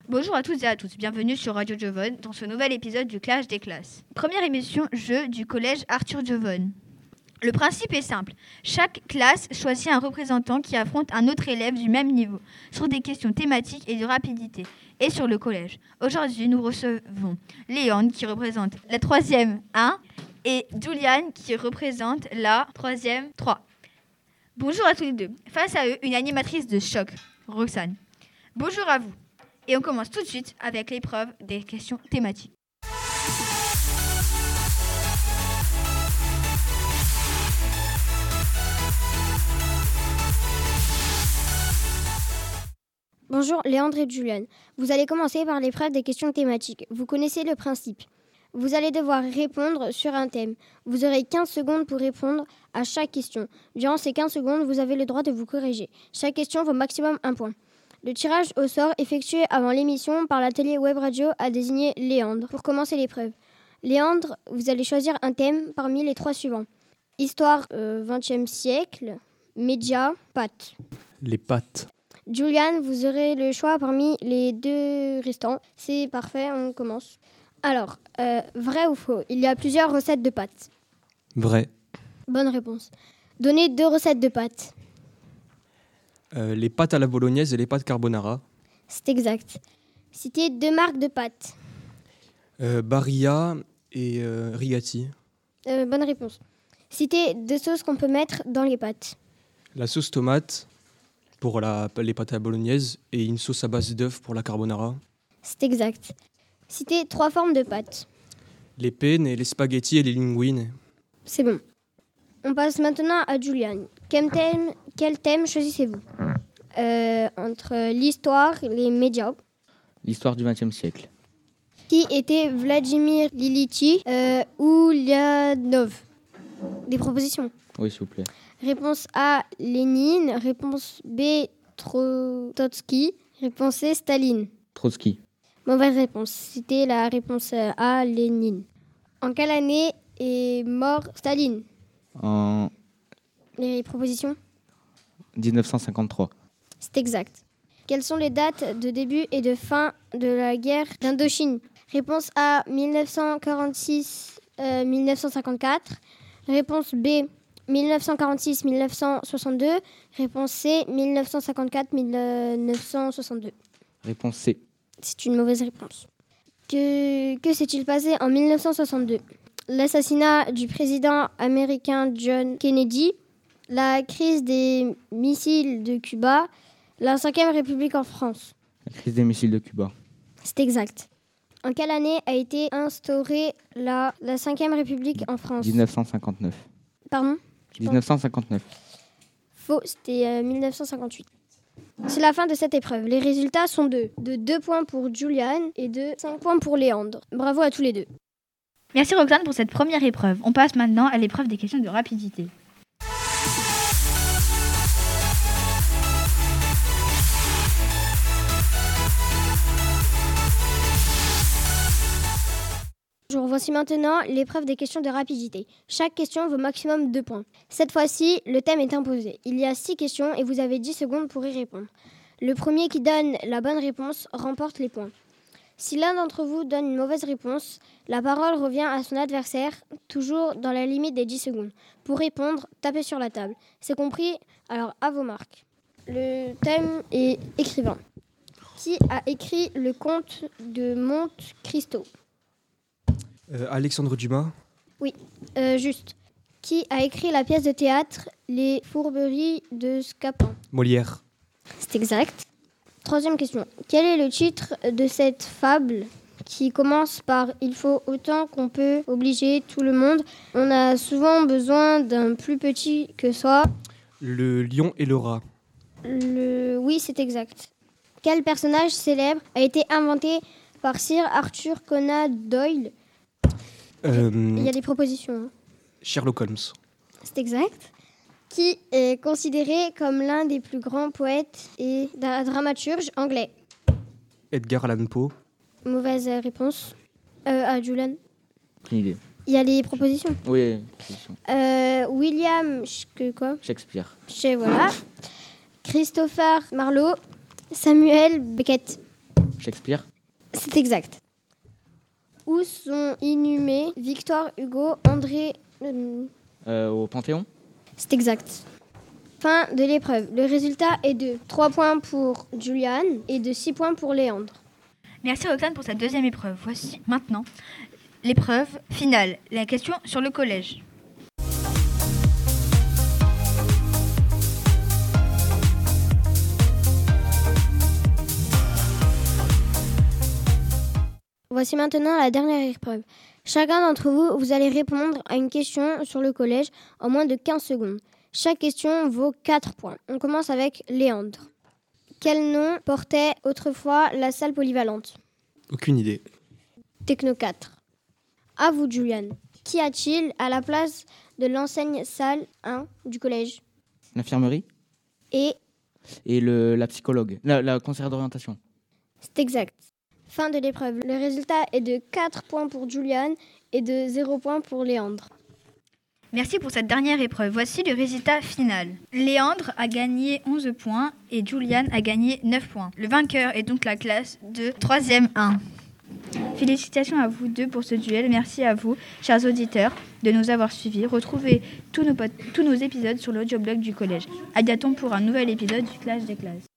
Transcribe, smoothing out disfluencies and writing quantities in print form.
Bonjour à toutes et à tous, bienvenue sur Radio Giovone dans ce nouvel épisode du Clash des classes. Première émission jeu du collège Arthur Giovone. Le principe est simple, chaque classe choisit un représentant qui affronte un autre élève du même niveau sur des questions thématiques et de rapidité et sur le collège. Aujourd'hui, nous recevons Léandre qui représente la 3e 1 et Juliane qui représente la 3e 3. Bonjour à tous les deux. Face à eux, une animatrice de choc, Roxane. Bonjour à vous. Et on commence tout de suite avec l'épreuve des questions thématiques. Bonjour Léandre et Juliane. Vous allez commencer par l'épreuve des questions thématiques. Vous connaissez le principe. Vous allez devoir répondre sur un thème. Vous aurez 15 secondes pour répondre à chaque question. Durant ces 15 secondes, vous avez le droit de vous corriger. Chaque question vaut maximum 1 point. Le tirage au sort effectué avant l'émission par l'atelier web radio a désigné Léandre pour commencer l'épreuve. Léandre, vous allez choisir un thème parmi les 3 suivants. Histoire 20e siècle, médias, pâtes. Les pâtes. Juliane, vous aurez le choix parmi les 2 restants. C'est parfait, on commence. Alors, vrai ou faux? Il y a plusieurs recettes de pâtes. Vrai. Bonne réponse. Donnez 2 recettes de pâtes. Les pâtes à la bolognaise et les pâtes carbonara. C'est exact. Citez 2 marques de pâtes. Barilla et Rigati. Bonne réponse. Citez 2 sauces qu'on peut mettre dans les pâtes. La sauce tomate pour les pâtes à la bolognaise et une sauce à base d'œufs pour la carbonara. C'est exact. Citez 3 formes de pâtes. Les penne et les spaghettis et les linguines. C'est bon. On passe maintenant à Juliane. Quel thème choisissez-vous? Entre l'histoire, les médias. L'histoire du XXe siècle. Qui était Vladimir Ilitch Ulyanov? Des propositions. Oui, s'il vous plaît. Réponse A, Lénine. Réponse B, Trotsky. Réponse C, Staline. Trotsky. Mauvaise réponse. C'était la réponse A, Lénine. En quelle année est mort Staline? En Les propositions? 1953. C'est exact. Quelles sont les dates de début et de fin de la guerre d'Indochine? Réponse A, 1946-1954. Réponse B, 1946-1962. Réponse C, 1954-1962. Réponse C. C'est une mauvaise réponse. Que s'est-il passé en 1962? L'assassinat du président américain John Kennedy, la crise des missiles de Cuba, la 5e République en France. La crise des missiles de Cuba. C'est exact. En quelle année a été instaurée la 5e République en France? 1959. Pardon? 1959. Faux, c'était 1958. C'est la fin de cette épreuve. Les résultats sont de 2 points pour Juliane et de 5 points pour Léandre. Bravo à tous les deux. Merci Roxane pour cette première épreuve. On passe maintenant à l'épreuve des questions de rapidité. Voici maintenant l'épreuve des questions de rapidité. Chaque question vaut maximum 2 points. Cette fois-ci, le thème est imposé. Il y a 6 questions et vous avez 10 secondes pour y répondre. Le premier qui donne la bonne réponse remporte les points. Si l'un d'entre vous donne une mauvaise réponse, la parole revient à son adversaire, toujours dans la limite des 10 secondes. Pour répondre, tapez sur la table. C'est compris? Alors à vos marques. Le thème est écrivain. Qui a écrit le conte de Monte Cristo? Alexandre Dumas. Oui, juste. Qui a écrit la pièce de théâtre Les Fourberies de Scapin? Molière. C'est exact. 3e question. Quel est le titre de cette fable qui commence par « Il faut autant qu'on peut obliger tout le monde. On a souvent besoin d'un plus petit que soi. » Le lion et le rat. Oui, c'est exact. Quel personnage célèbre a été inventé par Sir Arthur Conan Doyle? Il y a des propositions. Sherlock Holmes. C'est exact. Qui est considéré comme l'un des plus grands poètes et dramaturges anglais? Edgar Allan Poe. Mauvaise réponse. À Julian. Aucune idée. Il y a les propositions. Oui, proposition. William quoi? Shakespeare. Voilà. Christopher Marlowe. Samuel Beckett. Shakespeare. C'est exact. Où sont inhumés Victor Hugo, André... Au Panthéon. C'est exact. Fin de l'épreuve. Le résultat est de 3 points pour Julian et de 6 points pour Léandre. Merci Roxane pour cette deuxième épreuve. Voici maintenant l'épreuve finale, la question sur le collège. Voici maintenant la dernière épreuve. Chacun d'entre vous, vous allez répondre à une question sur le collège en moins de 15 secondes. Chaque question vaut 4 points. On commence avec Léandre. Quel nom portait autrefois la salle polyvalente ? Aucune idée. Techno 4. À vous, Julian. Qu'y a-t-il à la place de l'enseigne salle 1 du collège ? L'infirmerie. Et Et la psychologue. La conseillère d'orientation. c'est exact. Fin de l'épreuve. Le résultat est de 4 points pour Julian et de 0 points pour Léandre. Merci pour cette dernière épreuve. Voici le résultat final. Léandre a gagné 11 points et Julian a gagné 9 points. Le vainqueur est donc la classe de 3e 1. Félicitations à vous deux pour ce duel. Merci à vous, chers auditeurs, de nous avoir suivis. Retrouvez tous nos épisodes sur l'audioblog du collège. À bientôt pour un nouvel épisode du Clash des classes.